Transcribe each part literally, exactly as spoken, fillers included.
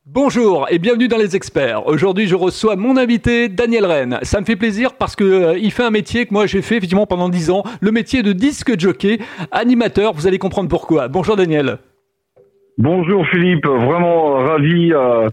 Bonjour et bienvenue dans Les Experts. Aujourd'hui, je reçois mon invité, Daniel Rennes. Ça me fait plaisir parce que euh, il fait un métier que moi j'ai fait effectivement pendant dix ans, le métier de disque jockey, animateur. Vous allez comprendre pourquoi. Bonjour Daniel. Bonjour Philippe, vraiment ravi euh,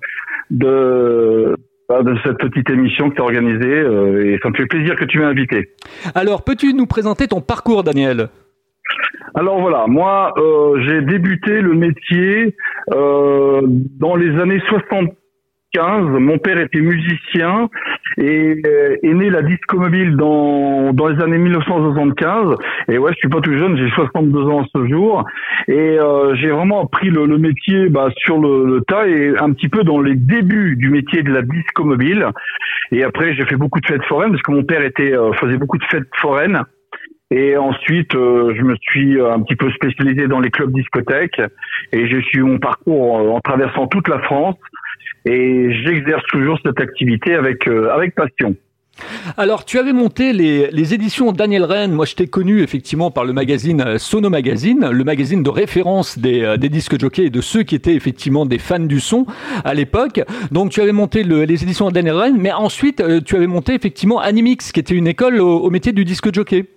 de, de cette petite émission que tu as organisée euh, et ça me fait plaisir que tu m'aies invité. Alors, peux-tu nous présenter ton parcours, Daniel ? Alors voilà, moi euh, j'ai débuté le métier euh, dans les années soixante-quinze. Mon père était musicien et euh, est né la disco mobile dans dans les années mille neuf cent soixante-quinze. Et ouais, je suis pas tout jeune, j'ai soixante-deux ans ce jour. Et euh, j'ai vraiment appris le, le métier bah, sur le, le tas et un petit peu dans les débuts du métier de la disco mobile. Et après, j'ai fait beaucoup de fêtes foraines parce que mon père était euh, faisait beaucoup de fêtes foraines. Et ensuite, euh, je me suis un petit peu spécialisé dans les clubs discothèques et j'ai suivi mon parcours en, en traversant toute la France et j'exerce toujours cette activité avec euh, avec passion. Alors, tu avais monté les, les éditions Daniel Rennes. Moi, je t'ai connu effectivement par le magazine Sono Magazine, le magazine de référence des, des disques jockeys et de ceux qui étaient effectivement des fans du son à l'époque. Donc, tu avais monté le, les éditions Daniel Rennes, mais ensuite, tu avais monté effectivement Animix, qui était une école au, au métier du disque jockey.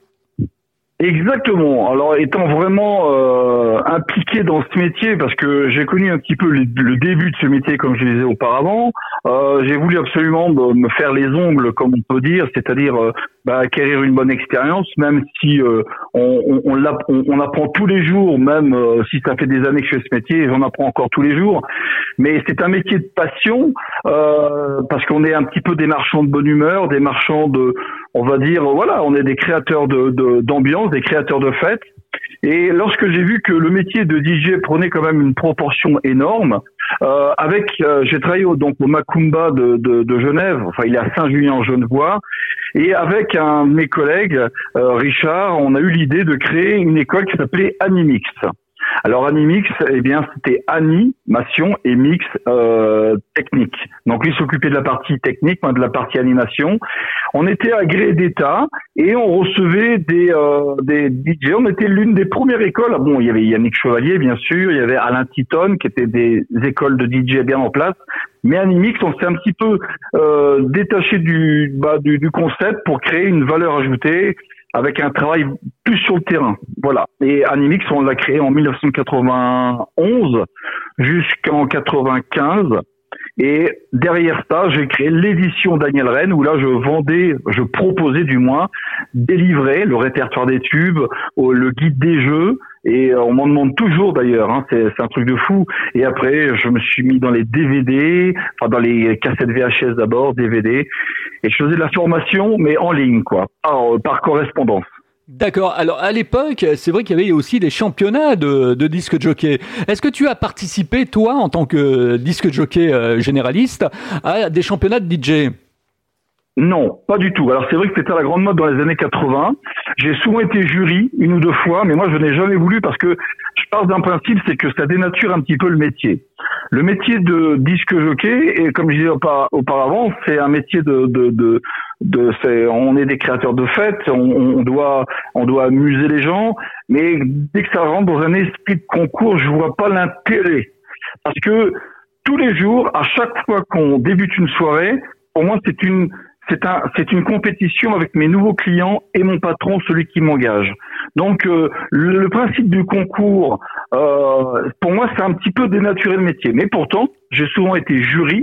Exactement. Alors, étant vraiment euh, impliqué dans ce métier, parce que j'ai connu un petit peu le, le début de ce métier, comme je le disais auparavant, euh, j'ai voulu absolument me faire les ongles, comme on peut dire, c'est-à-dire euh, bah, acquérir une bonne expérience, même si euh, on, on, on, on, on apprend tous les jours, même euh, si ça fait des années que je fais ce métier, j'en apprends encore tous les jours. Mais c'est un métier de passion, euh, parce qu'on est un petit peu des marchands de bonne humeur, des marchands de, on va dire, voilà, on est des créateurs de, de d'ambiance, des créateurs de fêtes. Et lorsque j'ai vu que le métier de D J prenait quand même une proportion énorme, euh, avec, euh, j'ai travaillé au, donc au Macumba de, de, de Genève, enfin il est à Saint-Julien-en-Genevois, et avec un de mes collègues, euh, Richard, on a eu l'idée de créer une école qui s'appelait Animix. Alors Animix, eh bien c'était animation et mix euh, technique. Donc lui s'occupait de la partie technique, moi de la partie animation. On était agréé d'État et on recevait des euh, des D J. On était l'une des premières écoles. Bon, il y avait Yannick Chevalier bien sûr, il y avait Alain Titon qui étaient des écoles de D J bien en place. Mais Animix, on s'est un petit peu euh, détaché du, bah, du du concept pour créer une valeur ajoutée avec un travail plus sur le terrain. Voilà. Et Animix, on l'a créé en mille neuf cent quatre-vingt-onze jusqu'en quatre-vingt-quinze. Et derrière ça, j'ai créé l'édition Daniel Rennes où là, je vendais, je proposais du moins, délivrer le répertoire des tubes, le guide des jeux. Et on m'en demande toujours d'ailleurs, hein, c'est, c'est un truc de fou. Et après, je me suis mis dans les D V D, enfin dans les cassettes V H S d'abord, D V D, et je faisais de la formation, mais en ligne, quoi, par, par correspondance. D'accord. Alors, à l'époque, c'est vrai qu'il y avait aussi des championnats de, de disque jockey. Est-ce que tu as participé, toi, en tant que disque jockey euh, généraliste, à des championnats de D J ? Non, pas du tout. Alors c'est vrai que c'était à la grande mode dans les années quatre-vingts. J'ai souvent été jury une ou deux fois, mais moi je n'ai jamais voulu parce que je pars d'un principe, c'est que ça dénature un petit peu le métier. Le métier de disque jockey, et comme je disais auparavant, c'est un métier de, de, de, de c'est, on est des créateurs de fêtes, on, on doit, on doit amuser les gens, mais dès que ça rentre dans un esprit de concours, je vois pas l'intérêt. Parce que tous les jours, à chaque fois qu'on débute une soirée, pour moi c'est une C'est un, c'est une compétition avec mes nouveaux clients et mon patron, celui qui m'engage. Donc, euh, le, le principe du concours, euh, pour moi, c'est un petit peu dénaturé le métier. Mais pourtant, j'ai souvent été jury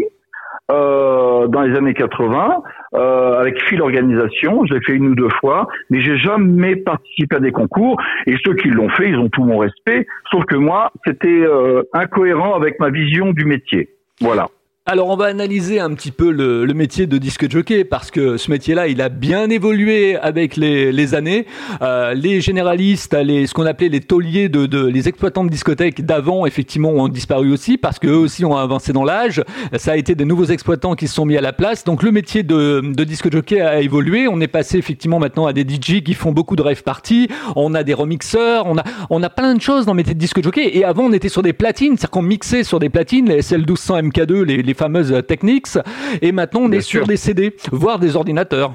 euh, dans les années quatre-vingts euh, avec Phil Organisation. Je l'ai fait une ou deux fois, mais j'ai jamais participé à des concours. Et ceux qui l'ont fait, ils ont tout mon respect. Sauf que moi, c'était euh, incohérent avec ma vision du métier. Voilà. Alors, on va analyser un petit peu le, le métier de disque jockey parce que ce métier-là, il a bien évolué avec les, les années. Euh, les généralistes, les, ce qu'on appelait les tauliers de, de, les exploitants de discothèques d'avant, effectivement, ont disparu aussi parce qu'eux aussi ont avancé dans l'âge. Ça a été des nouveaux exploitants qui se sont mis à la place. Donc, le métier de, de disque jockey a évolué. On est passé effectivement maintenant à des D J qui font beaucoup de rave party. On a des remixeurs. On a, on a plein de choses dans le métier de disque jockey. Et avant, on était sur des platines, c'est-à-dire qu'on mixait sur des platines, les S L douze cents M K deux, les, les fameuses Technics, et maintenant on Bien est sûr. sur des C D, voire des ordinateurs.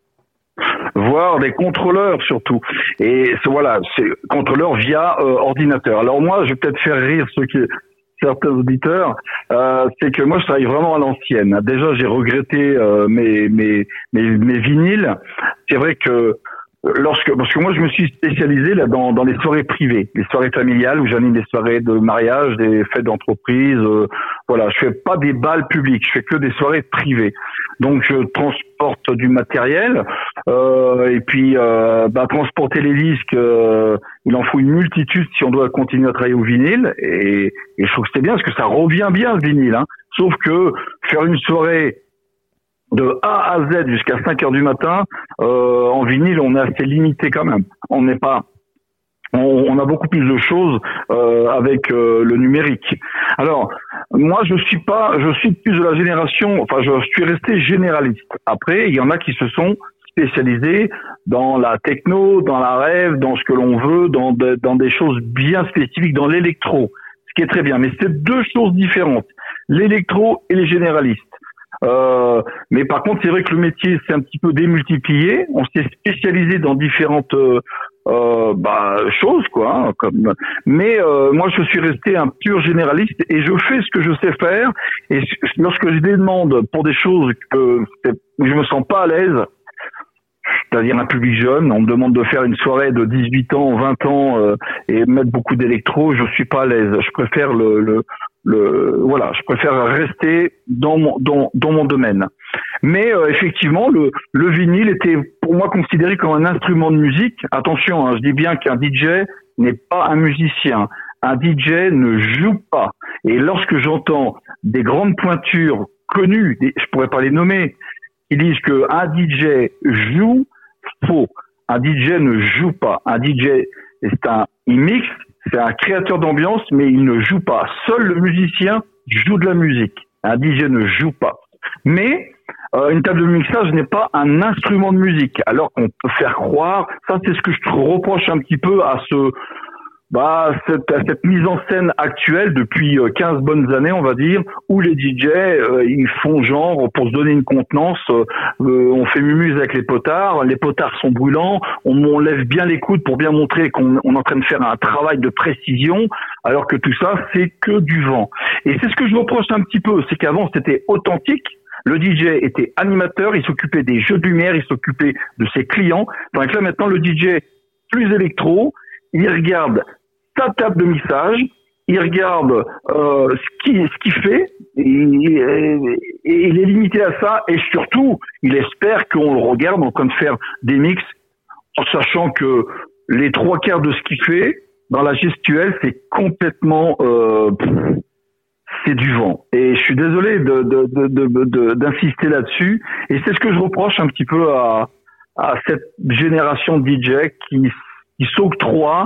Voire des contrôleurs surtout. Et c'est, voilà, c'est contrôleur via euh, ordinateur. Alors moi, je vais peut-être faire rire ceux qui certains auditeurs, euh, c'est que moi je travaille vraiment à l'ancienne. Déjà j'ai regretté euh, mes, mes mes mes vinyles. C'est vrai que lorsque parce que moi je me suis spécialisé là dans dans les soirées privées, les soirées familiales où j'anime des soirées de mariage, des fêtes d'entreprise. Euh, voilà, je fais pas des bals publics, je fais que des soirées privées. Donc je transporte du matériel euh, et puis euh, bah, transporter les disques, euh, il en faut une multitude si on doit continuer à travailler au vinyle et, et je trouve que c'est bien parce que ça revient bien le vinyle. Hein. Sauf que faire une soirée de A à Z jusqu'à cinq heures du matin euh, en vinyle, on est assez limité quand même. On n'est pas On, on a beaucoup plus de choses euh, avec euh, le numérique. Alors, moi, je suis pas, je suis plus de la génération, enfin, je suis resté généraliste. Après, il y en a qui se sont spécialisés dans la techno, dans la rave, dans ce que l'on veut, dans, de, dans des choses bien spécifiques, dans l'électro, ce qui est très bien. Mais c'est deux choses différentes, l'électro et les généralistes. Euh, mais par contre, c'est vrai que le métier s'est un petit peu démultiplié. On s'est spécialisé dans différentes euh, euh, bah, choses, quoi. Hein, comme. Mais euh, moi, je suis resté un pur généraliste et je fais ce que je sais faire. Et lorsque je demande pour des choses que où je me sens pas à l'aise, c'est-à-dire un public jeune, on me demande de faire une soirée de dix-huit ans, vingt ans euh, et mettre beaucoup d'électro, je suis pas à l'aise. Je préfère le, le Le, voilà, je préfère rester dans mon dans, dans mon domaine. Mais euh, effectivement, le, le vinyle était pour moi considéré comme un instrument de musique. Attention, hein, je dis bien qu'un D J n'est pas un musicien. Un D J ne joue pas. Et lorsque j'entends des grandes pointures connues, des, je pourrais pas les nommer, qui disent que un D J joue, faux. Un D J ne joue pas. Un D J, c'est un, il mixe. C'est un créateur d'ambiance, mais il ne joue pas. Seul le musicien joue de la musique. Un D J ne joue pas. Mais euh, une table de mixage n'est pas un instrument de musique. Alors qu'on peut faire croire, ça c'est ce que je reproche un petit peu à ce, bah, cette, à cette mise en scène actuelle depuis quinze bonnes années, on va dire, où les D J euh, ils font genre pour se donner une contenance, euh, on fait mumuse avec les potards, les potards sont brûlants, on, on lève bien les coudes pour bien montrer qu'on on est en train de faire un travail de précision, alors que tout ça c'est que du vent. Et c'est ce que je reproche un petit peu, c'est qu'avant c'était authentique. Le D J était animateur, il s'occupait des jeux de lumière, il s'occupait de ses clients. Tandis que là maintenant le D J plus électro, il regarde sa table de mixage, il regarde euh, ce qu'il ce qu'il fait, et, et, et il est limité à ça, et surtout, il espère qu'on le regarde en train de faire des mix, en sachant que les trois quarts de ce qu'il fait, dans la gestuelle, c'est complètement... Euh, c'est du vent. Et je suis désolé de, de, de, de, de, d'insister là-dessus, et c'est ce que je reproche un petit peu à, à cette génération de D J qui, qui s'octroie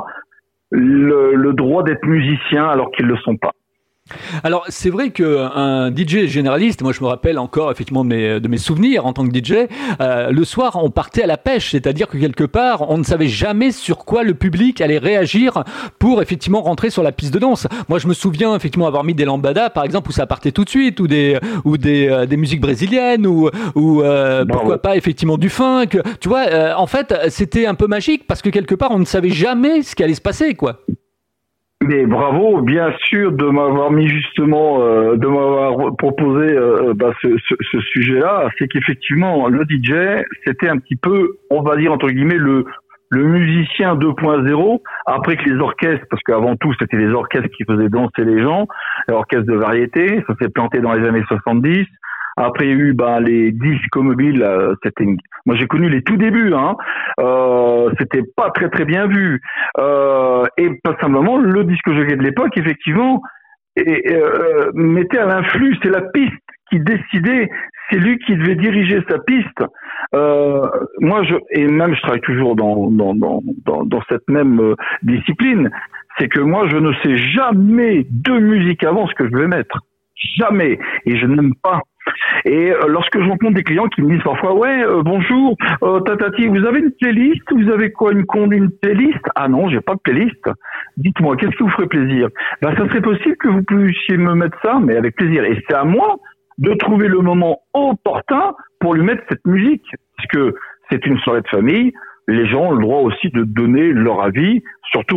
Le, le droit d'être musicien alors qu'ils ne le sont pas. Alors c'est vrai qu'un D J généraliste, moi je me rappelle encore effectivement de mes, de mes souvenirs en tant que D J, euh, le soir on partait à la pêche, c'est-à-dire que quelque part on ne savait jamais sur quoi le public allait réagir pour effectivement rentrer sur la piste de danse. Moi je me souviens effectivement avoir mis des lambadas par exemple où ça partait tout de suite, ou des, ou des, euh, des musiques brésiliennes, ou, ou euh, pourquoi pas effectivement du funk, tu vois, euh, en fait c'était un peu magique parce que quelque part on ne savait jamais ce qui allait se passer, quoi. Mais bravo, bien sûr, de m'avoir mis justement, euh, de m'avoir proposé euh, bah, ce, ce, ce sujet-là. C'est qu'effectivement, le D J, c'était un petit peu, on va dire entre guillemets, le le musicien deux point zéro. Après que les orchestres, parce qu'avant tout, c'était les orchestres qui faisaient danser les gens, l'orchestre de variété, ça s'est planté dans les années soixante-dix. Après, il y a eu ben, les disques mobiles. Euh, c'était une... Moi, j'ai connu les tout débuts. Hein. Euh, c'était pas très très bien vu. Euh, et pas simplement le disque jockey de l'époque, effectivement, et, euh, mettait à l'influx. C'est la piste qui décidait. C'est lui qui devait diriger sa piste. Euh, moi, je et même je travaille toujours dans dans dans dans, dans cette même euh, discipline. C'est que moi, je ne sais jamais de musique avant ce que je vais mettre. Jamais. Et je n'aime pas. Et euh, lorsque je rencontre des clients qui me disent parfois ouais euh, bonjour euh, tatati, vous avez une playlist, vous avez quoi, une con une playlist? Ah non, j'ai pas de playlist. Dites-moi, qu'est-ce qui vous ferait plaisir? Ben ça serait possible que vous puissiez me mettre ça, mais avec plaisir. Et c'est à moi de trouver le moment opportun pour lui mettre cette musique, parce que c'est une soirée de famille. Les gens ont le droit aussi de donner leur avis, surtout en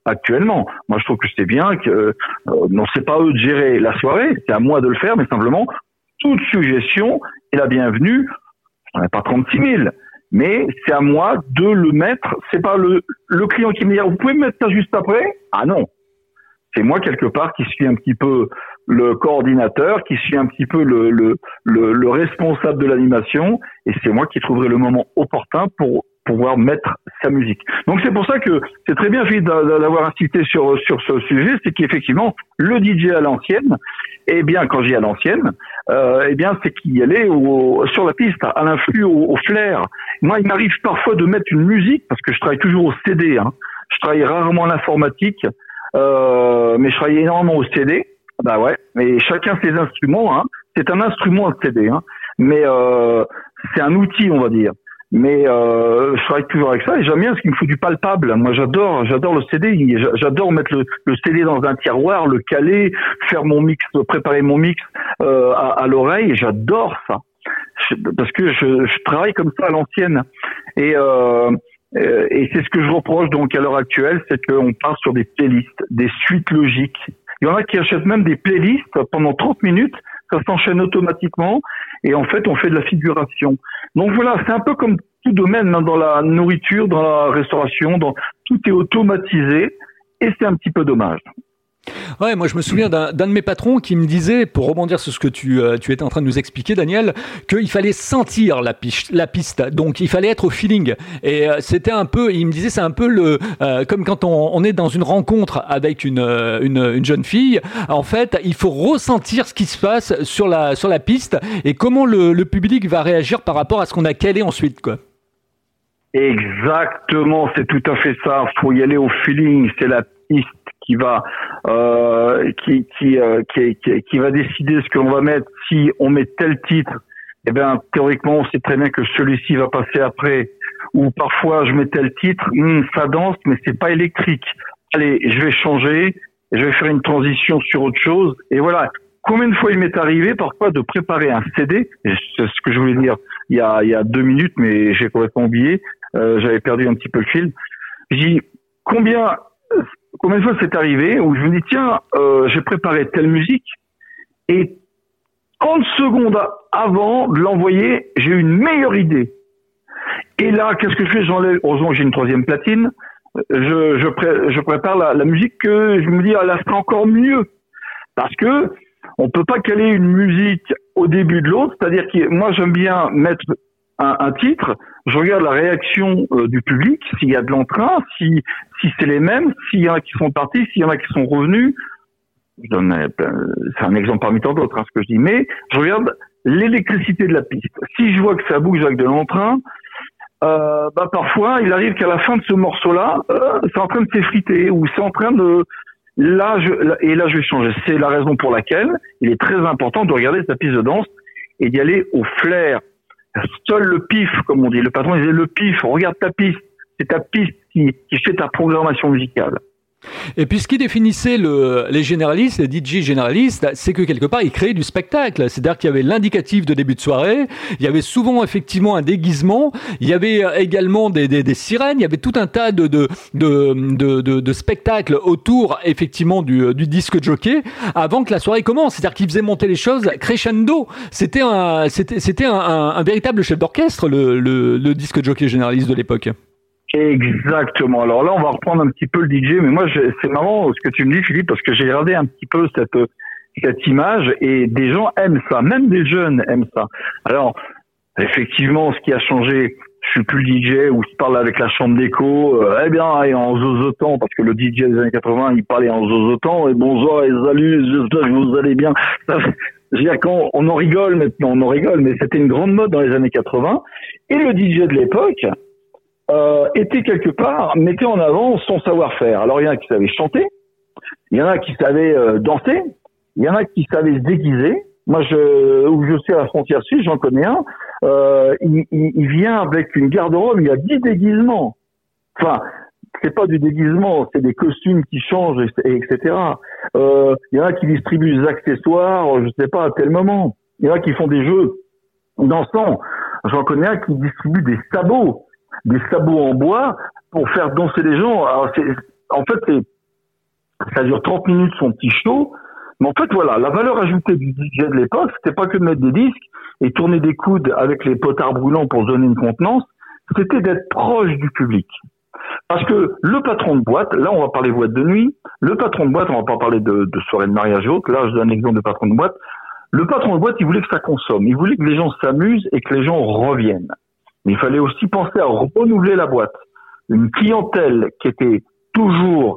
actuellement. Moi, je trouve que c'est bien que euh, non, c'est pas eux de gérer la soirée, c'est à moi de le faire, mais simplement toute suggestion est la bienvenue. J'en ai pas trente-six mille, mais c'est à moi de le mettre. C'est pas le le client qui me dit vous pouvez me mettre ça juste après. Ah non, c'est moi quelque part qui suis un petit peu le coordinateur, qui suis un petit peu le le le, le responsable de l'animation, et c'est moi qui trouverai le moment opportun pour pouvoir mettre sa musique. Donc c'est pour ça que c'est très bien Philippe d'avoir insisté sur sur ce sujet, c'est qu'effectivement le D J à l'ancienne, eh bien quand j'ai à l'ancienne, euh, eh bien c'est qu'il y allait au, sur la piste, à l'influx, au, au flair. Moi il m'arrive parfois de mettre une musique parce que je travaille toujours au C D, hein. Je travaille rarement l'informatique, euh, mais je travaille énormément au C D. Bah ouais, mais chacun ses instruments, hein. C'est un instrument le C D, hein. Mais euh, c'est un outil on va dire. Mais euh, je travaille toujours avec ça et j'aime bien parce qu'il me faut du palpable. Moi, j'adore, j'adore le C D. J'adore mettre le, le C D dans un tiroir, le caler, faire mon mix, préparer mon mix euh, à, à l'oreille. J'adore ça je, parce que je, je travaille comme ça à l'ancienne. Et, euh, et c'est ce que je reproche donc à l'heure actuelle, c'est qu'on part sur des playlists, des suites logiques. Il y en a qui achètent même des playlists pendant trente minutes. Ça s'enchaîne automatiquement et en fait on fait de la figuration. Donc voilà, c'est un peu comme tout domaine hein, dans la nourriture, dans la restauration, dans tout est automatisé et c'est un petit peu dommage. Ouais, moi je me souviens d'un, d'un de mes patrons qui me disait, pour rebondir sur ce que tu, euh, tu étais en train de nous expliquer, Daniel, qu'il fallait sentir la, piste, la piste, donc il fallait être au feeling. Et euh, c'était un peu, il me disait, c'est un peu le, euh, comme quand on, on est dans une rencontre avec une, une, une jeune fille. En fait, il faut ressentir ce qui se passe sur la, sur la piste et comment le, le public va réagir par rapport à ce qu'on a calé ensuite, quoi. Exactement, c'est tout à fait ça. Faut y aller au feeling. C'est la piste qui va euh, qui qui, euh, qui qui qui va décider ce que l'on va mettre. Si on met tel titre, eh bien théoriquement on sait très bien que celui-ci va passer après. Ou parfois je mets tel titre, hum, ça danse mais c'est pas électrique. Allez, je vais changer, je vais faire une transition sur autre chose et voilà. Combien de fois il m'est arrivé parfois de préparer un C D, c'est ce que je voulais dire il y a il y a deux minutes mais j'ai complètement oublié, euh, j'avais perdu un petit peu le fil. Je dis combien Combien de fois c'est arrivé où je me dis tiens, euh, j'ai préparé telle musique et trente secondes avant de l'envoyer, j'ai eu une meilleure idée. Et là, qu'est-ce que je fais? J'enlève, heureusement j'ai une troisième platine, je, je, pré, je prépare la, la musique que je me dis ah, là c'est encore mieux. Parce que on peut pas caler une musique au début de l'autre, c'est-à-dire que moi j'aime bien mettre un, un titre, je regarde la réaction euh, du public, s'il y a de l'entrain, si si c'est les mêmes, s'il y en a qui sont partis, s'il y en a qui sont revenus. Je donne, euh, c'est un exemple parmi tant d'autres, hein, ce que je dis, mais je regarde l'électricité de la piste. Si je vois que ça bouge avec de l'entrain, euh, bah parfois il arrive qu'à la fin de ce morceau-là, euh, c'est en train de s'effriter ou c'est en train de là je et là je vais changer. C'est la raison pour laquelle il est très important de regarder sa piste de danse et d'y aller au flair. Seul le pif, comme on dit. Le patron disait le pif, regarde ta piste. C'est ta piste qui, qui fait ta programmation musicale. Et puis ce qui définissait le, les généralistes, les D J généralistes, c'est que quelque part ils créaient du spectacle. C'est-à-dire qu'il y avait l'indicatif de début de soirée, il y avait souvent effectivement un déguisement, il y avait également des, des, des sirènes, il y avait tout un tas de, de, de, de, de, de spectacles autour effectivement du, du disque jockey avant que la soirée commence. C'est-à-dire qu'ils faisaient monter les choses crescendo. C'était un, c'était, c'était un, un, un véritable chef d'orchestre, le, le, le disque jockey généraliste de l'époque. Exactement. Alors là, on va reprendre un petit peu le D J, mais moi, c'est marrant ce que tu me dis, Philippe, parce que j'ai regardé un petit peu cette cette image et des gens aiment ça, même des jeunes aiment ça. Alors, effectivement, ce qui a changé, je suis plus le D J où je parle avec la chambre d'écho, euh, eh bien, et en zozotant, parce que le D J des années quatre-vingts, il parlait en zozotant, et bonjour et salut, j'espère que vous allez bien. Ça, je veux dire, quand on en rigole maintenant, on en rigole, mais c'était une grande mode dans les années quatre-vingts, et le D J de l'époque, Euh, était quelque part, mettait en avant son savoir-faire. Alors il y en a qui savaient chanter, il y en a qui savaient euh, danser, il y en a qui savaient se déguiser. Moi, je, où je sais à la frontière suisse, j'en connais un, euh, il, il, il vient avec une garde-robe, il y a dix déguisements. Enfin, c'est pas du déguisement, c'est des costumes qui changent, et, et cetera. Euh, il y en a qui distribuent des accessoires, je sais pas, à tel moment. Il y en a qui font des jeux dansants. J'en connais un qui distribue des sabots. des sabots en bois pour faire danser les gens. Alors c'est, en fait, c'est, Ça dure trente minutes son petit show. Mais en fait, voilà, la valeur ajoutée du D J de l'époque, c'était pas que de mettre des disques et tourner des coudes avec les potards brûlants pour se donner une contenance, c'était d'être proche du public. Parce que le patron de boîte, là on va parler boîte de nuit, le patron de boîte, on va pas parler de, de soirée de mariage et autres, là je donne l'exemple de patron de boîte, le patron de boîte il voulait que ça consomme, il voulait que les gens s'amusent et que les gens reviennent. Mais il fallait aussi penser à renouveler la boîte. Une clientèle qui était toujours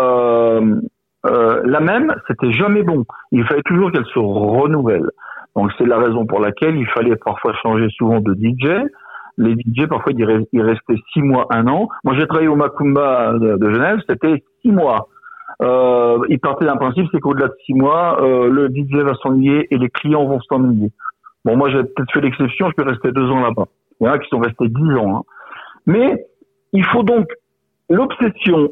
euh, euh, la même, c'était jamais bon. Il fallait toujours qu'elle se renouvelle. Donc c'est la raison pour laquelle il fallait parfois changer souvent de D J. Les D J, parfois, ils restaient six mois, un an. Moi, j'ai travaillé au Macumba de, de Genève, c'était six mois. Euh, ils partaient d'un principe, c'est qu'au-delà de six mois, euh, le D J va s'ennuyer et les clients vont s'ennuyer. Bon, moi, j'ai peut-être fait l'exception, je peux rester deux ans là-bas. Il y en a qui sont restés dix ans. Hein. Mais il faut donc l'obsession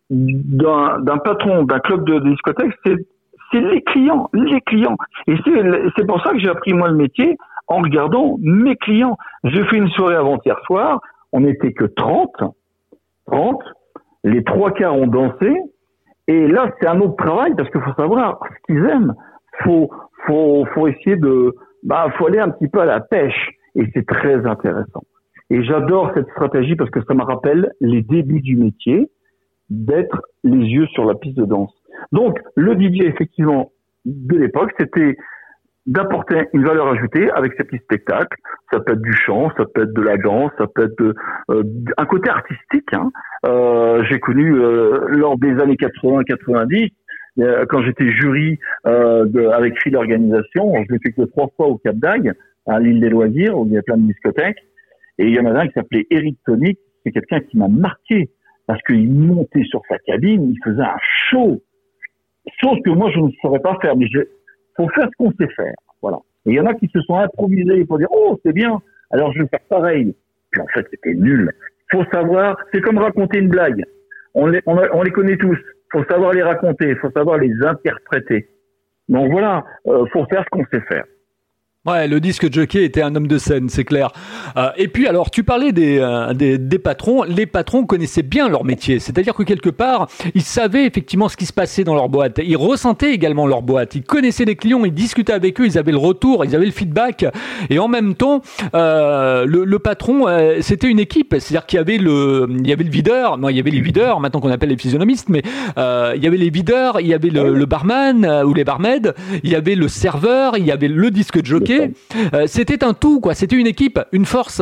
d'un, d'un patron, d'un club de, de discothèque, c'est, c'est les clients, les clients. Et c'est, c'est pour ça que j'ai appris, moi, le métier, en regardant mes clients. J'ai fait une soirée avant-hier soir, on n'était que trente, trente, les trois quarts ont dansé, et là c'est un autre travail, parce qu'il faut savoir ce qu'ils aiment, faut, faut, faut essayer de, bah, faut aller un petit peu à la pêche, et c'est très intéressant. Et j'adore cette stratégie parce que ça me rappelle les débuts du métier, d'être les yeux sur la piste de danse. Donc, le D J, effectivement, de l'époque, c'était d'apporter une valeur ajoutée avec ces petits spectacles. Ça peut être du chant, ça peut être de la danse, ça peut être de, euh, un côté artistique. Hein. Euh, j'ai connu euh, lors des années quatre-vingts quatre-vingt-dix, euh, quand j'étais jury euh, de, avec Free l'organisation, je l'ai fait que trois fois au Cap d'Agde, à l'île des Loisirs, où il y a plein de discothèques. Et il y en avait un qui s'appelait Eric Tonic, c'est quelqu'un qui m'a marqué parce qu'il montait sur sa cabine, il faisait un show, chose que moi je ne saurais pas faire, mais je faut faire ce qu'on sait faire, voilà. Et il y en a qui se sont improvisés pour dire oh c'est bien, alors je vais faire pareil. Puis en fait c'était nul. Faut savoir, c'est comme raconter une blague. On les, on, on les connaît tous. Faut savoir les raconter, faut savoir les interpréter. Donc voilà, euh, faut faire ce qu'on sait faire. Ouais, le disque jockey était un homme de scène, c'est clair. Euh, et puis alors, tu parlais des, euh, des des patrons. Les patrons connaissaient bien leur métier, c'est-à-dire que quelque part, ils savaient effectivement ce qui se passait dans leur boîte. Ils ressentaient également leur boîte. Ils connaissaient les clients, ils discutaient avec eux, ils avaient le retour, ils avaient le feedback. Et en même temps, euh, le, le patron, euh, c'était une équipe. C'est-à-dire qu'il y avait le, il y avait le videur. Non, il y avait les videurs, maintenant qu'on appelle les physionomistes, mais euh, il y avait les videurs, il y avait le, le barman euh, ou les barmaids, il y avait le serveur, il y avait le disque jockey. Euh, c'était un tout, quoi. C'était une équipe, une force.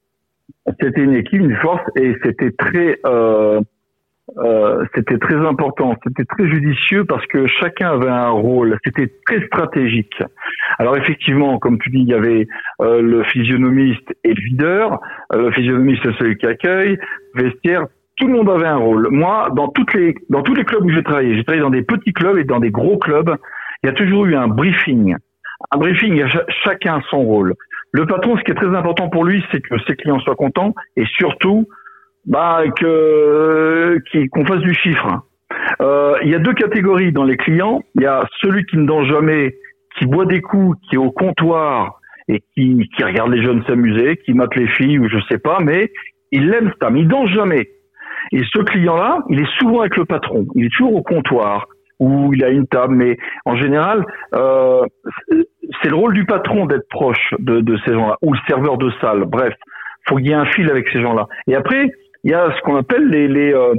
C'était une équipe, une force, et c'était très, euh, euh, c'était très important. C'était très judicieux parce que chacun avait un rôle. C'était très stratégique. Alors effectivement, comme tu dis, il y avait euh, le physionomiste et le videur. Euh, le physionomiste, c'est celui qui accueille. Vestiaire. Tout le monde avait un rôle. Moi, dans toutes les, dans tous les clubs où j'ai travaillé, j'ai travaillé dans des petits clubs et dans des gros clubs. Il y a toujours eu un briefing. Un briefing, il y a ch- chacun son rôle. Le patron, ce qui est très important pour lui, c'est que ses clients soient contents et surtout, bah, que, qu'on fasse du chiffre. Euh, il y a deux catégories dans les clients. Il y a celui qui ne danse jamais, qui boit des coups, qui est au comptoir et qui, qui regarde les jeunes s'amuser, qui mate les filles ou je sais pas, mais il aime ça, mais il danse jamais. Et ce client-là, il est souvent avec le patron. Il est toujours au comptoir, où il a une table, mais en général, euh, c'est le rôle du patron d'être proche de, de ces gens-là, ou le serveur de salle. Bref, faut qu'il y ait un fil avec ces gens-là. Et après, il y a ce qu'on appelle les, les euh,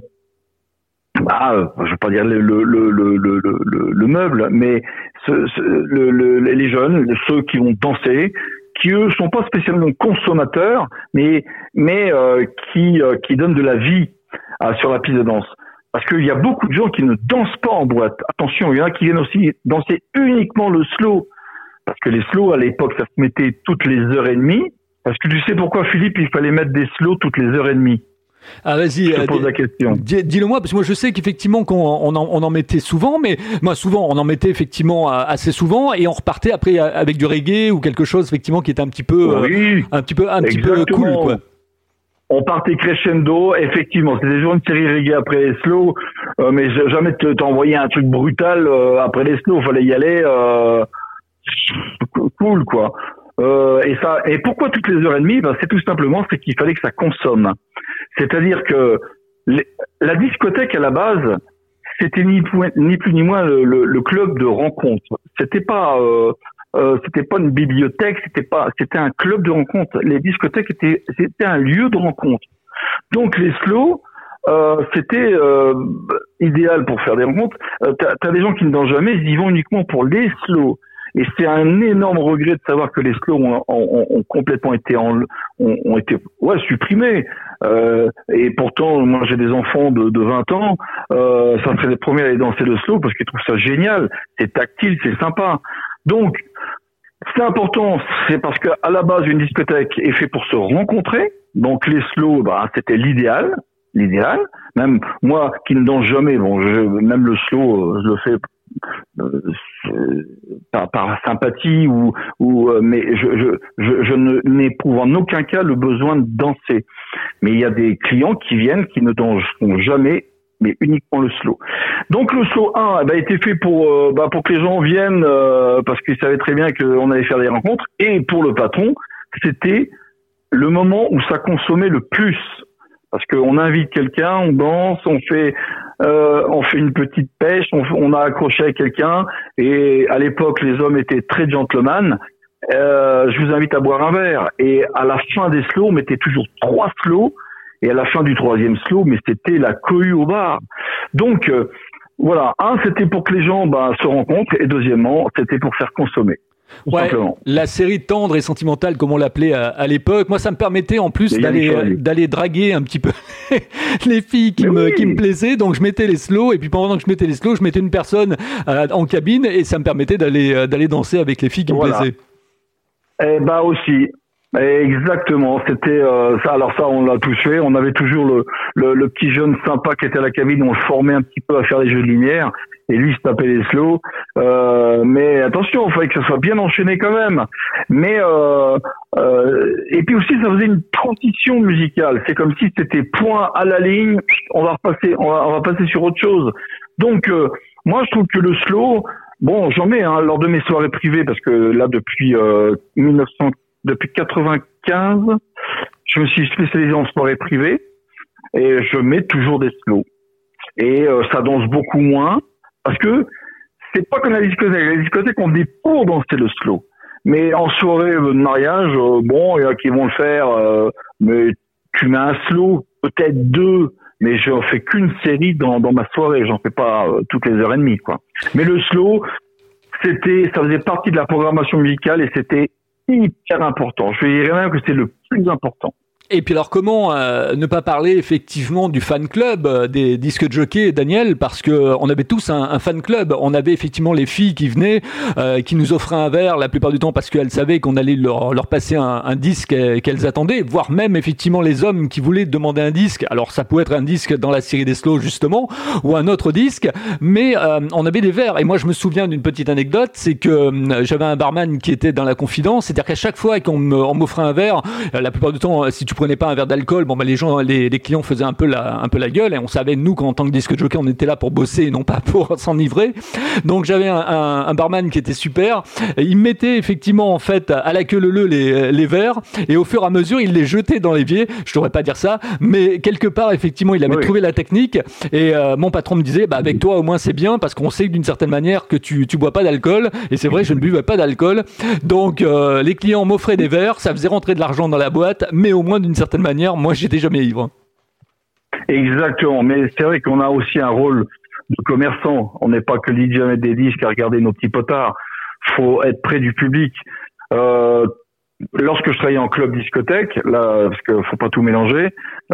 ah, je vais pas dire le le le le le, le, le meuble, mais ce, ce, le, le, les jeunes, ceux qui vont danser, qui eux sont pas spécialement consommateurs, mais mais euh, qui euh, qui donnent de la vie euh, sur la piste de danse. Parce qu'il y a beaucoup de gens qui ne dansent pas en boîte. Attention, il y en a qui viennent aussi danser uniquement le slow. Parce que les slows, à l'époque, ça se mettait toutes les heures et demie. Parce que tu sais pourquoi, Philippe, il fallait mettre des slows toutes les heures et demie? Ah, vas-y. Je te pose euh, la question. Dis, dis-le moi, parce que moi, je sais qu'effectivement, qu'on, on en, on en mettait souvent, mais moi, souvent, on en mettait effectivement assez souvent, et on repartait après avec du reggae ou quelque chose, effectivement, qui était un petit peu, oui, euh, un petit peu, un petit peu cool, quoi. On partait crescendo, effectivement, c'était toujours une série reggae après les slow, euh, mais jamais te, t'envoyer un truc brutal euh, après les slow, fallait y aller euh, cool, quoi. Euh, et ça, et pourquoi toutes les heures et demie? Ben, c'est tout simplement, c'est qu'il fallait que ça consomme. C'est-à-dire que les, la discothèque à la base, c'était ni, ni plus ni moins le, le, le club de rencontre. C'était pas, euh, euh, c'était pas une bibliothèque, c'était pas, c'était un club de rencontre. Les discothèques étaient, c'était un lieu de rencontre. Donc les slows, euh, c'était euh, idéal pour faire des rencontres. Euh, t'as, t'as des gens qui ne dansent jamais, ils y vont uniquement pour les slows. Et c'est un énorme regret de savoir que les slows ont, ont, ont complètement été en, ont, ont été ouais supprimés. Euh, et pourtant, moi j'ai des enfants de, de vingt ans, euh, ça serait les premiers à aller danser le slow parce qu'ils trouvent ça génial, c'est tactile, c'est sympa. Donc c'est important, c'est parce que à la base une discothèque est faite pour se rencontrer. Donc les slows, bah c'était l'idéal, l'idéal. Même moi qui ne danse jamais, bon, je, même le slow, je le fais. Euh, par, par sympathie ou, ou euh, mais je, je, je, je ne n'éprouve en aucun cas le besoin de danser. Mais il y a des clients qui viennent qui ne danseront jamais, mais uniquement le slow. Donc le slow un a bah, été fait pour euh, bah, pour que les gens viennent euh, parce qu'ils savaient très bien qu'on allait faire des rencontres. Et pour le patron, c'était le moment où ça consommait le plus. Parce qu'on invite quelqu'un, on danse, on fait, euh, on fait une petite pêche, on, on a accroché avec quelqu'un. Et à l'époque, les hommes étaient très gentlemen. Euh, je vous invite à boire un verre. Et à la fin des slows, on mettait toujours trois slows. Et à la fin du troisième slow, mais c'était la cohue au bar. Donc euh, voilà, un, c'était pour que les gens bah, se rencontrent. Et deuxièmement, c'était pour faire consommer. Ouais, la série tendre et sentimentale, comme on l'appelait à, à l'époque. Moi, ça me permettait en plus d'aller d'aller draguer un petit peu les filles qui me, oui. qui me plaisaient. Donc, je mettais les slows et puis pendant que je mettais les slows, je mettais une personne euh, en cabine et ça me permettait d'aller d'aller danser avec les filles qui voilà. me plaisaient. Eh ben aussi. Exactement, c'était euh, ça. Alors ça, on l'a tous fait. On avait toujours le, le, le petit jeune sympa qui était à la cabine. On le formait un petit peu à faire les jeux de lumière. Et lui, il se tapait les slows. Euh, mais attention, il fallait que ça soit bien enchaîné quand même. Mais euh, euh, et puis aussi, ça faisait une transition musicale. C'est comme si c'était point à la ligne. On va repasser, on va, on va passer sur autre chose. Donc, euh, moi, je trouve que le slow, bon, j'en mets hein, lors de mes soirées privées parce que là, depuis euh, mille neuf cents, depuis quatre-vingt-quinze, je me suis spécialisé en soirée privée et je mets toujours des slows. Et euh, ça danse beaucoup moins. Parce que c'est pas comme la discothèque. La discothèque, on est pour danser le slow. Mais en soirée de mariage, euh, bon, il y en a qui vont le faire, euh, mais tu mets un slow, peut-être deux, mais j'en fais qu'une série dans, dans ma soirée. J'en fais pas euh, toutes les heures et demie, quoi. Mais le slow, c'était, ça faisait partie de la programmation musicale et c'était hyper important. Je dirais même que c'est le plus important. Et puis alors comment euh, ne pas parler effectivement du fan club euh, des disques jockeys, Daniel, parce que euh, on avait tous un, un fan club. On avait effectivement les filles qui venaient, euh, qui nous offraient un verre la plupart du temps parce qu'elles savaient qu'on allait leur, leur passer un, un disque qu'elles attendaient, voire même effectivement les hommes qui voulaient demander un disque. Alors ça pouvait être un disque dans la série des slows justement, ou un autre disque, mais euh, on avait des verres. Et moi je me souviens d'une petite anecdote, c'est que euh, j'avais un barman qui était dans la confidence, c'est-à-dire qu'à chaque fois qu'on m'offrait un verre, euh, la plupart du temps, si tu prenais pas un verre d'alcool, bon bah les gens, les, les clients faisaient un peu la, un peu la gueule et on savait nous qu'en tant que disque jockey on était là pour bosser et non pas pour s'enivrer. Donc j'avais un, un, un barman qui était super. Et il mettait effectivement en fait à la queue leu-leu les, les verres et au fur et à mesure il les jetait dans l'évier. Je devrais pas dire ça, mais quelque part effectivement il avait oui. trouvé la technique et euh, mon patron me disait bah avec toi au moins c'est bien parce qu'on sait d'une certaine manière que tu tu bois pas d'alcool et c'est vrai je ne buvais pas d'alcool. Donc euh, les clients m'offraient des verres, ça faisait rentrer de l'argent dans la boîte, mais au moins d'une certaine manière manière, moi j'étais jamais ivre. Exactement, mais c'est vrai qu'on a aussi un rôle de commerçant. On n'est pas que D J à mettre des disques à regarder nos petits potards. Faut être près du public. Euh, lorsque je travaillais en club discothèque, là, parce que faut pas tout mélanger,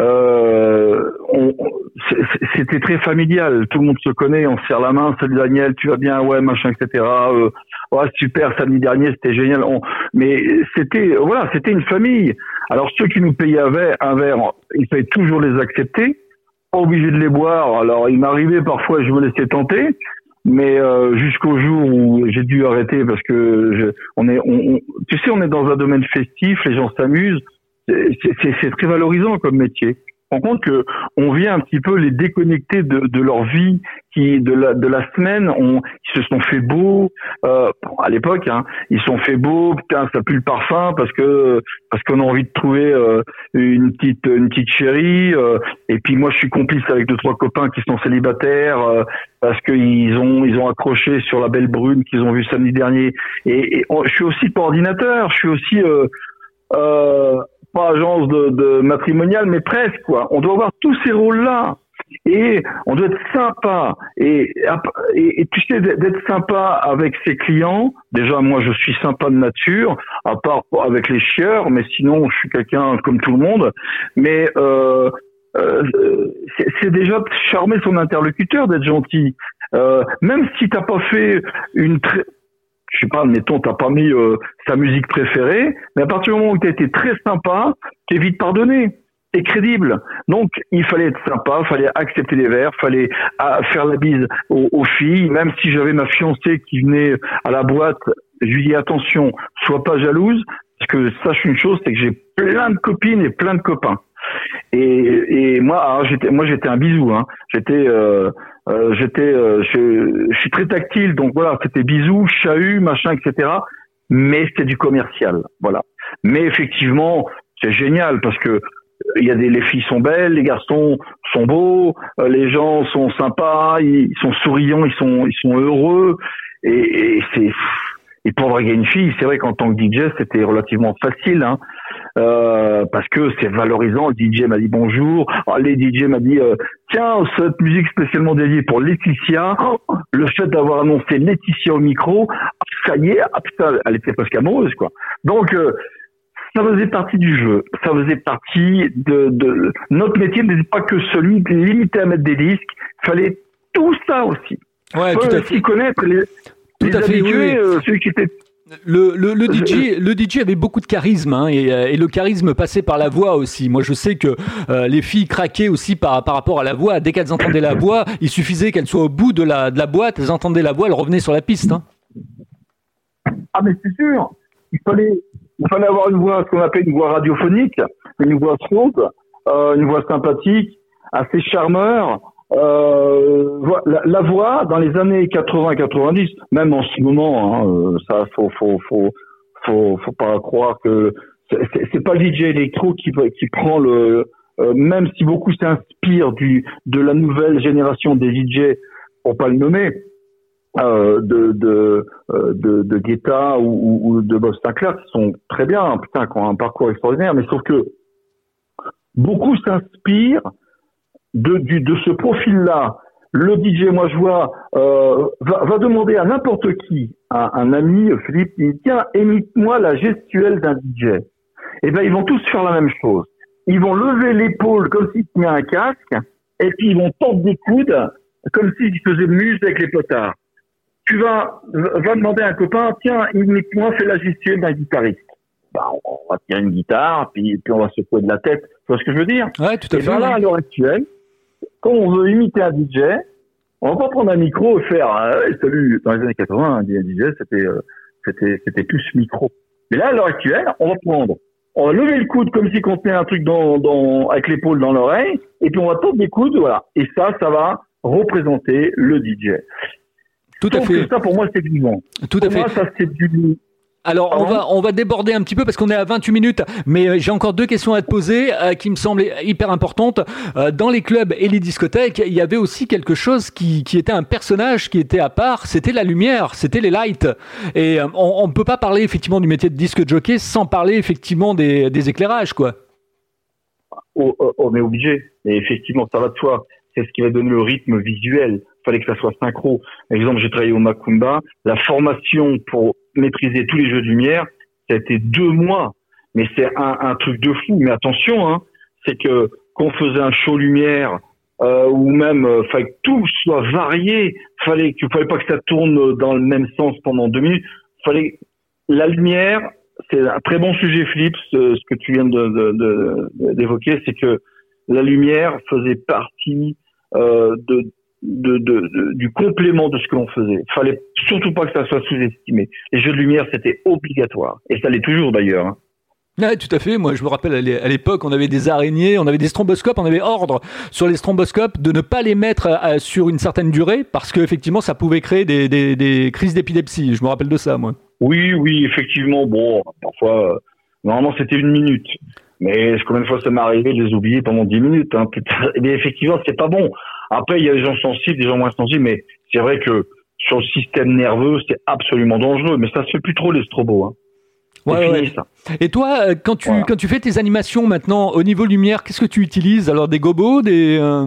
euh, on, c'était très familial. Tout le monde se connaît, on se serre la main. Salut Daniel, tu vas bien? Ouais, machin, et cetera. Euh, ouais, super. Samedi dernier, c'était génial. On, mais c'était, voilà, c'était une famille. Alors ceux qui nous payaient un verre, un verre, il fallait toujours les accepter, pas obligé de les boire. Alors il m'arrivait parfois, je me laissais tenter, mais euh, jusqu'au jour où j'ai dû arrêter parce que je, on est, on, on, tu sais, on est dans un domaine festif, les gens s'amusent, c'est, c'est, c'est très valorisant comme métier. rends compte que on vient un petit peu les déconnecter de, de leur vie, qui de la de la semaine. On, ils se sont fait beaux euh, à l'époque. Hein, ils se sont fait beaux. Putain, ça pue le parfum parce que parce qu'on a envie de trouver euh, une petite une petite chérie. Euh, et puis moi, je suis complice avec deux trois copains qui sont célibataires euh, parce qu'ils ont ils ont accroché sur la belle brune qu'ils ont vue samedi dernier. Et, et on, je suis aussi pas ordinateur. Je suis aussi euh, euh, pas agence de, de matrimoniale, mais presque, quoi. On doit avoir tous ces rôles-là. Et on doit être sympa. Et, et, et tu sais, d'être sympa avec ses clients. Déjà, moi, je suis sympa de nature, à part avec les chieurs, mais sinon, je suis quelqu'un comme tout le monde. Mais euh, euh, c'est, c'est déjà charmer son interlocuteur d'être gentil. Euh, même si t'as pas fait une très... Je sais pas, admettons, t'as pas mis euh, sa musique préférée, mais à partir du moment où t'as été très sympa, t'es vite pardonné. T'es crédible. Donc, il fallait être sympa, fallait accepter les verres, fallait à, faire la bise aux, aux filles. Même si j'avais ma fiancée qui venait à la boîte, je lui dis attention, sois pas jalouse, parce que sache une chose, c'est que j'ai plein de copines et plein de copains. Et, et moi, alors j'étais, moi j'étais un bisou. Hein. J'étais, euh, euh, j'étais, euh, je, je suis très tactile, donc voilà, c'était bisous, chahut, machin, et cetera. Mais c'était du commercial, voilà. Mais effectivement, c'est génial parce que il y a des, les filles sont belles, les garçons sont beaux, euh, les gens sont sympas, ils, ils sont souriants, ils sont, ils sont heureux, et, et c'est. Et pour draguer une fille, c'est vrai qu'en tant que D J, c'était relativement facile, hein, euh, parce que c'est valorisant. Le D J m'a dit bonjour. Alors, les D J m'a dit euh, tiens, cette musique spécialement dédiée pour Laetitia. Oh, le fait d'avoir annoncé Laetitia au micro, ça y est, ah, putain, elle était presque amoureuse, quoi. Donc euh, ça faisait partie du jeu, ça faisait partie de, de... notre métier n'était pas que celui de limiter à mettre des disques. Il fallait tout ça aussi. Ouais, faut tout à aussi fait. connaître les Tout les à fait, oui, oui. Euh, celui qui était Le, le, le, D J, le D J avait beaucoup de charisme, hein, et, et le charisme passait par la voix aussi. Moi, je sais que euh, les filles craquaient aussi par, par rapport à la voix. Dès qu'elles entendaient la voix, il suffisait qu'elles soient au bout de la, de la boîte, elles entendaient la voix, elles revenaient sur la piste. Hein. Ah, mais c'est sûr. Il fallait, il fallait avoir une voix, ce qu'on appelle une voix radiophonique, une voix chaude, euh, une voix sympathique, assez charmeur. Euh, la, la voix dans les années quatre-vingts quatre-vingt-dix, même en ce moment, hein, ça faut faut faut faut faut pas croire que c'est, c'est, c'est pas le D J électro qui qui prend le euh, même si beaucoup s'inspirent du de la nouvelle génération des D J, pour pas le nommer, euh, de de de, de Guetta ou, ou, ou de Bob Sinclair, qui sont très bien, putain, qui ont un parcours extraordinaire, mais sauf que beaucoup s'inspirent de, du, de ce profil-là. Le D J, moi je vois, euh, va, va demander à n'importe qui, à un ami, Philippe, il dit tiens, imite-moi la gestuelle d'un D J. Eh ben ils vont tous faire la même chose. Ils vont lever l'épaule comme s'ils tenaient un casque, et puis ils vont tordre des coudes comme s'ils faisaient muse avec les potards. Tu vas, va demander à un copain, tiens, imite-moi, fais la gestuelle d'un guitariste. Ben, on va tirer une guitare, puis, puis on va secouer de la tête. Tu vois ce que je veux dire? Ouais, tout à et fait. Ben là, à l'heure actuelle, quand on veut imiter un D J, on va pas prendre un micro et faire ah, salut. Dans les années quatre-vingts, un D J c'était euh, c'était c'était plus micro. Mais là, à l'heure actuelle, on va prendre, on va lever le coude comme si on tenait un truc dans dans avec l'épaule dans l'oreille, et puis on va tordre des coudes, voilà. Et ça, ça va représenter le D J. Tout à fait. Que ça, pour moi, c'est du vent. Tout à pour fait. moi, ça c'est du Alors, on va, on va déborder un petit peu parce qu'on est à vingt-huit minutes, mais j'ai encore deux questions à te poser euh, qui me semblent hyper importantes. Euh, dans les clubs et les discothèques, il y avait aussi quelque chose qui, qui était un personnage qui était à part, c'était la lumière, c'était les lights. Et euh, on ne peut pas parler effectivement du métier de disc jockey sans parler effectivement des, des éclairages, quoi. Oh, oh, on est obligé, et effectivement, ça va de soi. C'est ce qui va donner le rythme visuel. Il fallait que ça soit synchro. Par exemple, j'ai travaillé au Macumba. La formation pour maîtriser tous les jeux de lumière, ça a été deux mois. Mais c'est un, un truc de fou. Mais attention, hein, c'est que quand on faisait un show lumière, euh, ou même, euh, fallait que tout soit varié. Fallait que, fallait pas que ça tourne dans le même sens pendant deux minutes. Fallait, la lumière, c'est un très bon sujet, Philippe, ce, ce que tu viens de, de, de, d'évoquer, c'est que la lumière faisait partie euh, de De, de, de, du complément de ce que l'on faisait. Il fallait surtout pas que ça soit sous-estimé. Les jeux de lumière, c'était obligatoire. Et ça l'est toujours d'ailleurs. Hein. Ouais, tout à fait. Moi, je me rappelle à l'époque, on avait des araignées, on avait des stromboscopes, on avait ordre sur les stromboscopes de ne pas les mettre à, sur une certaine durée parce qu'effectivement, ça pouvait créer des, des, des crises d'épilepsie. Je me rappelle de ça, moi. Oui, oui, effectivement. Bon, parfois, euh, normalement, c'était une minute. Mais combien de fois ça m'est arrivé de les oublier pendant dix minutes, hein. Mais effectivement, c'est pas bon. Après, il y a des gens sensibles, des gens moins sensibles, mais c'est vrai que sur le système nerveux, c'est absolument dangereux. Mais ça se fait plus trop, les strobos, hein. Ouais, fini, ouais. Ça. Et toi, quand tu, voilà. quand tu fais tes animations maintenant, au niveau lumière, qu'est-ce que tu utilises? Alors, des gobos, des... Euh...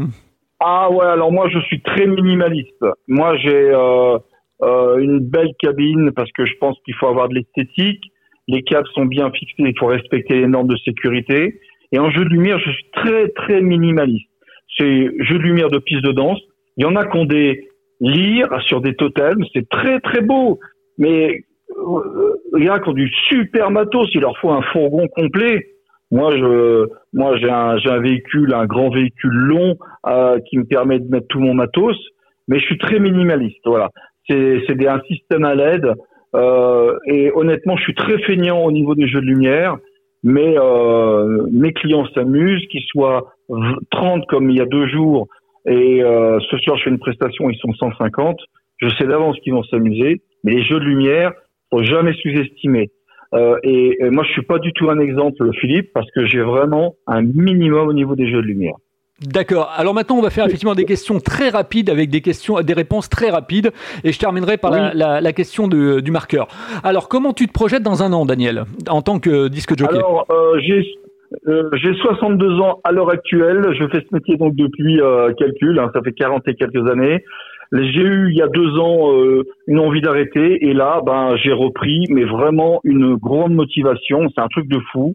Ah ouais, alors moi, je suis très minimaliste. Moi, j'ai euh, euh, une belle cabine parce que je pense qu'il faut avoir de l'esthétique. Les câbles sont bien fixés, il faut respecter les normes de sécurité. Et en jeu de lumière, je suis très, très minimaliste. C'est jeu de lumière de piste de danse. Il y en a qui ont des lyres sur des totems. C'est très, très beau. Mais il y en a qui ont du super matos, il leur faut un fourgon complet. Moi, je, moi, j'ai un, j'ai un véhicule, un grand véhicule long euh, qui me permet de mettre tout mon matos, mais je suis très minimaliste. Voilà, c'est, c'est des, un système à L E D euh, et honnêtement, je suis très feignant au niveau des jeux de lumière, mais euh, mes clients s'amusent, qu'ils soient trente comme il y a deux jours et euh, ce soir je fais une prestation, ils sont cent cinquante. Je sais d'avance qu'ils vont s'amuser, mais les jeux de lumière, faut jamais sous-estimer. Euh, et, et moi, je suis pas du tout un exemple, Philippe, parce que j'ai vraiment un minimum au niveau des jeux de lumière. D'accord. Alors maintenant, on va faire effectivement des questions très rapides avec des questions, des réponses très rapides. Et je terminerai par oui. la, la, la question de, du marqueur. Alors, comment tu te projettes dans un an, Daniel, en tant que disque jockey? Alors, euh, j'ai, euh, j'ai soixante-deux ans à l'heure actuelle. Je fais ce métier donc depuis euh, calcul. Hein, ça fait quarante et quelques années. J'ai eu il y a deux ans euh, une envie d'arrêter et là ben j'ai repris, mais vraiment une grande motivation, c'est un truc de fou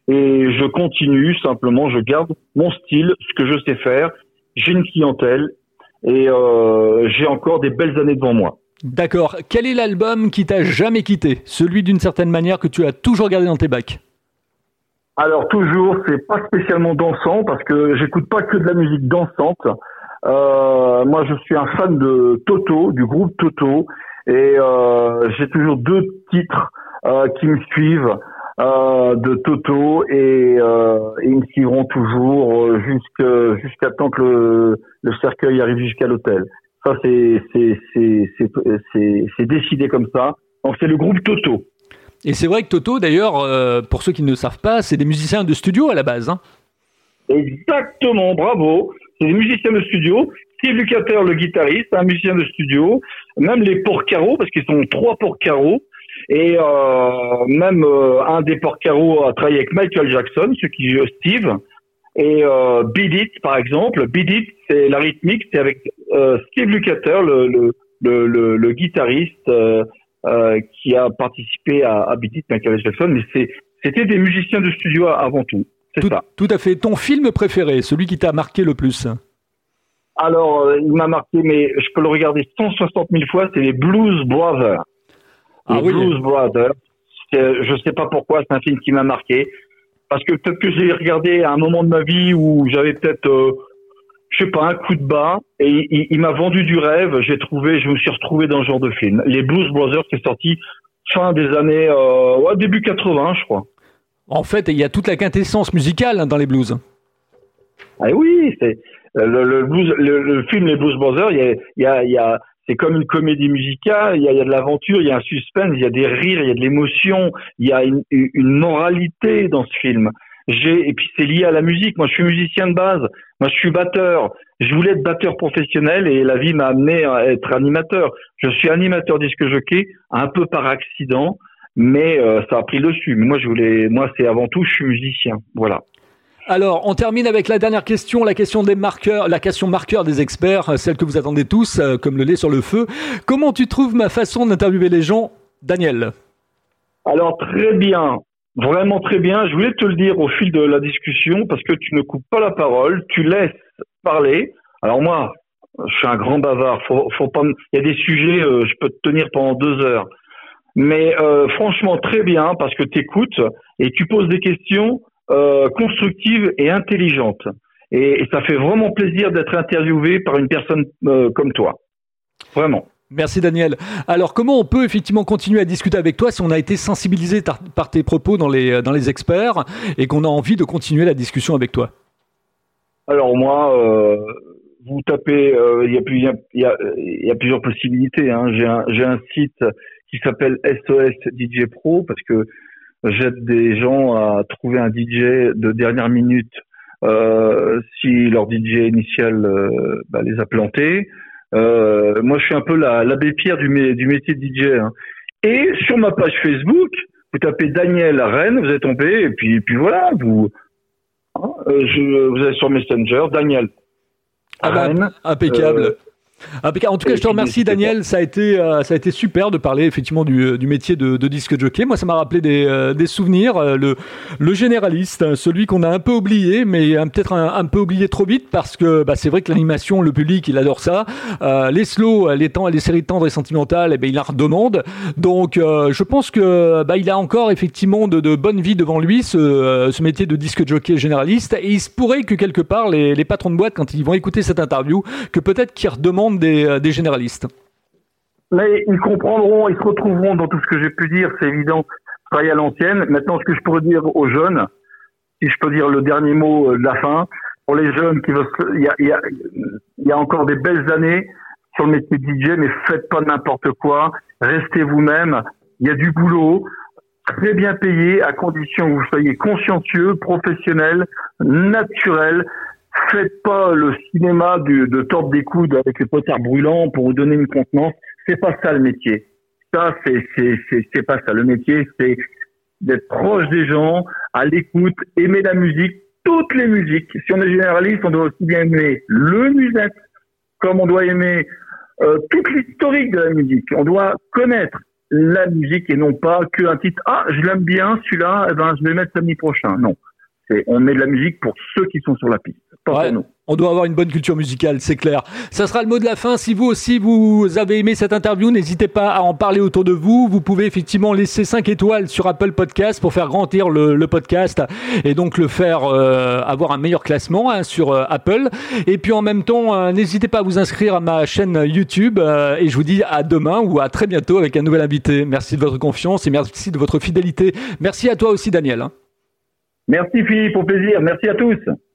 et je continue simplement, je garde mon style, ce que je sais faire, j'ai une clientèle et euh, j'ai encore des belles années devant moi. D'accord. Quel est l'album qui t'a jamais quitté, celui d'une certaine manière que tu as toujours gardé dans tes bacs? Alors toujours, c'est pas spécialement dansant parce que j'écoute pas que de la musique dansante. Euh, moi, je suis un fan de Toto, du groupe Toto, et euh, j'ai toujours deux titres euh, qui me suivent euh, de Toto, et euh, ils me suivront toujours jusqu'à jusqu'à temps que le, le cercueil arrive jusqu'à l'hôtel. Ça, c'est c'est c'est c'est c'est, c'est décidé comme ça. Donc, c'est le groupe Toto. Et c'est vrai que Toto, d'ailleurs, euh, pour ceux qui ne le savent pas, c'est des musiciens de studio à la base, hein. Exactement, bravo. C'est des musiciens de studio. Steve Lukather, le guitariste, un musicien de studio. Même les Porcaro, parce qu'ils sont trois Porcaro. Et euh, même euh, un des Porcaro a travaillé avec Michael Jackson, ce qui est Steve. Et euh, Beat It, par exemple. Beat It, c'est la rythmique, c'est avec euh, Steve Lukather, le, le, le, le, le guitariste euh, euh, qui a participé à, à Beat It, Michael Jackson. Mais c'est, c'était des musiciens de studio avant tout. C'est tout, ça. Tout à fait. Ton film préféré, celui qui t'a marqué le plus? Alors, euh, il m'a marqué, mais je peux le regarder cent soixante mille fois, c'est les Blues Brothers. Les ah, oui. Blues Brothers. C'est, je sais pas pourquoi, c'est un film qui m'a marqué. Parce que peut-être que j'ai regardé à un moment de ma vie où j'avais peut-être, euh, je sais pas, un coup de bas, et il, il m'a vendu du rêve. J'ai trouvé, je me suis retrouvé dans ce genre de film. Les Blues Brothers, c'est sorti fin des années, euh, ouais, début quatre-vingts, je crois. En fait, il y a toute la quintessence musicale, hein, dans les blues. Ah oui, c'est le, le blues, le, le film Les Blues Brothers. Il y a, il y a, il y a, c'est comme une comédie musicale. Il y a, il y a de l'aventure, il y a un suspense, il y a des rires, il y a de l'émotion, il y a une, une moralité dans ce film. J'ai et puis c'est lié à la musique. Moi, je suis musicien de base. Moi, je suis batteur. Je voulais être batteur professionnel et la vie m'a amené à être animateur. Je suis animateur disque jockey, un peu par accident. Mais euh, ça a pris le dessus. Mais moi, je voulais, moi, c'est avant tout, je suis musicien. Voilà. Alors, on termine avec la dernière question, la question des marqueurs, la question marqueur des experts, celle que vous attendez tous, euh, comme le lait sur le feu. Comment tu trouves ma façon d'interviewer les gens, Daniel? Alors, très bien. Vraiment très bien. Je voulais te le dire au fil de la discussion parce que tu ne coupes pas la parole, tu laisses parler. Alors moi, je suis un grand bavard. Faut, faut pas. Il y a des sujets, euh, je peux te tenir pendant deux heures. Mais euh, franchement, très bien, parce que tu écoutes et tu poses des questions euh, constructives et intelligentes. Et, et ça fait vraiment plaisir d'être interviewé par une personne euh, comme toi. Vraiment. Merci Daniel. Alors comment on peut effectivement continuer à discuter avec toi si on a été sensibilisé tar- par tes propos dans les, dans les experts et qu'on a envie de continuer la discussion avec toi? Alors moi, euh, vous tapez, euh, il y a plus- il y a, il y a, il y a plusieurs possibilités. Hein. J'ai un, j'ai un site qui s'appelle S O S D J Pro parce que j'aide des gens à trouver un D J de dernière minute euh, si leur D J initial euh, bah, les a plantés. Euh, moi, je suis un peu la, l'abbé Pierre du, mé- du métier de D J. Hein. Et sur ma page Facebook, vous tapez Daniel Rennes, vous êtes tombé, et puis, et puis voilà, vous, hein, euh, je, vous allez sur Messenger, Daniel Ah bah, Rennes. impeccable. Euh, Impeccable. En tout cas, je te remercie Daniel. Ça a été, euh, ça a été super de parler effectivement du, du métier de, de disque jockey. Moi, ça m'a rappelé des, euh, des souvenirs. Euh, le, le généraliste, celui qu'on a un peu oublié, mais euh, peut-être un, un peu oublié trop vite parce que bah, c'est vrai que l'animation, le public, il adore ça. Euh, les slows, les temps, les séries tendres et sentimentales, eh ben, il en redemande. Donc, euh, je pense que bah, il a encore effectivement de, de bonnes vies devant lui, ce, euh, ce métier de disque jockey généraliste. Et il se pourrait que quelque part, les, les patrons de boîte, quand ils vont écouter cette interview, que peut-être qu'ils redemandent Des, des généralistes. Mais ils comprendront, ils se retrouveront dans tout ce que j'ai pu dire, c'est évident. Je travaille à l'ancienne. Maintenant, ce que je pourrais dire aux jeunes, si je peux dire le dernier mot de la fin, pour les jeunes qui veulent, il y a, il y a, il y a encore des belles années sur le métier de D J, mais faites pas n'importe quoi, restez vous-même. Il y a du boulot, très bien payé, à condition que vous soyez consciencieux, professionnel, naturel. Faites pas le cinéma du, de tordre des coudes avec les potards brûlants pour vous donner une contenance. C'est pas ça le métier. Ça, c'est, c'est, c'est, c'est pas ça. Le métier, c'est d'être proche des gens, à l'écoute, aimer la musique, toutes les musiques. Si on est généraliste, on doit aussi bien aimer le musette, comme on doit aimer euh, toute l'historique de la musique. On doit connaître la musique et non pas qu'un titre. Ah, je l'aime bien, celui-là, eh ben, je vais le mettre samedi prochain. Non. C'est, on met de la musique pour ceux qui sont sur la piste, pas Ouais, pour nous. On doit avoir une bonne culture musicale, c'est clair. Ça sera le mot de la fin. Si vous aussi, vous avez aimé cette interview, n'hésitez pas à en parler autour de vous. Vous pouvez effectivement laisser cinq étoiles sur Apple Podcast pour faire grandir le, le podcast et donc le faire euh, avoir un meilleur classement hein, sur euh, Apple. Et puis en même temps, euh, n'hésitez pas à vous inscrire à ma chaîne YouTube euh, et je vous dis à demain ou à très bientôt avec un nouvel invité. Merci de votre confiance et merci de votre fidélité. Merci à toi aussi, Daniel. Merci Philippe, au plaisir. Merci à tous.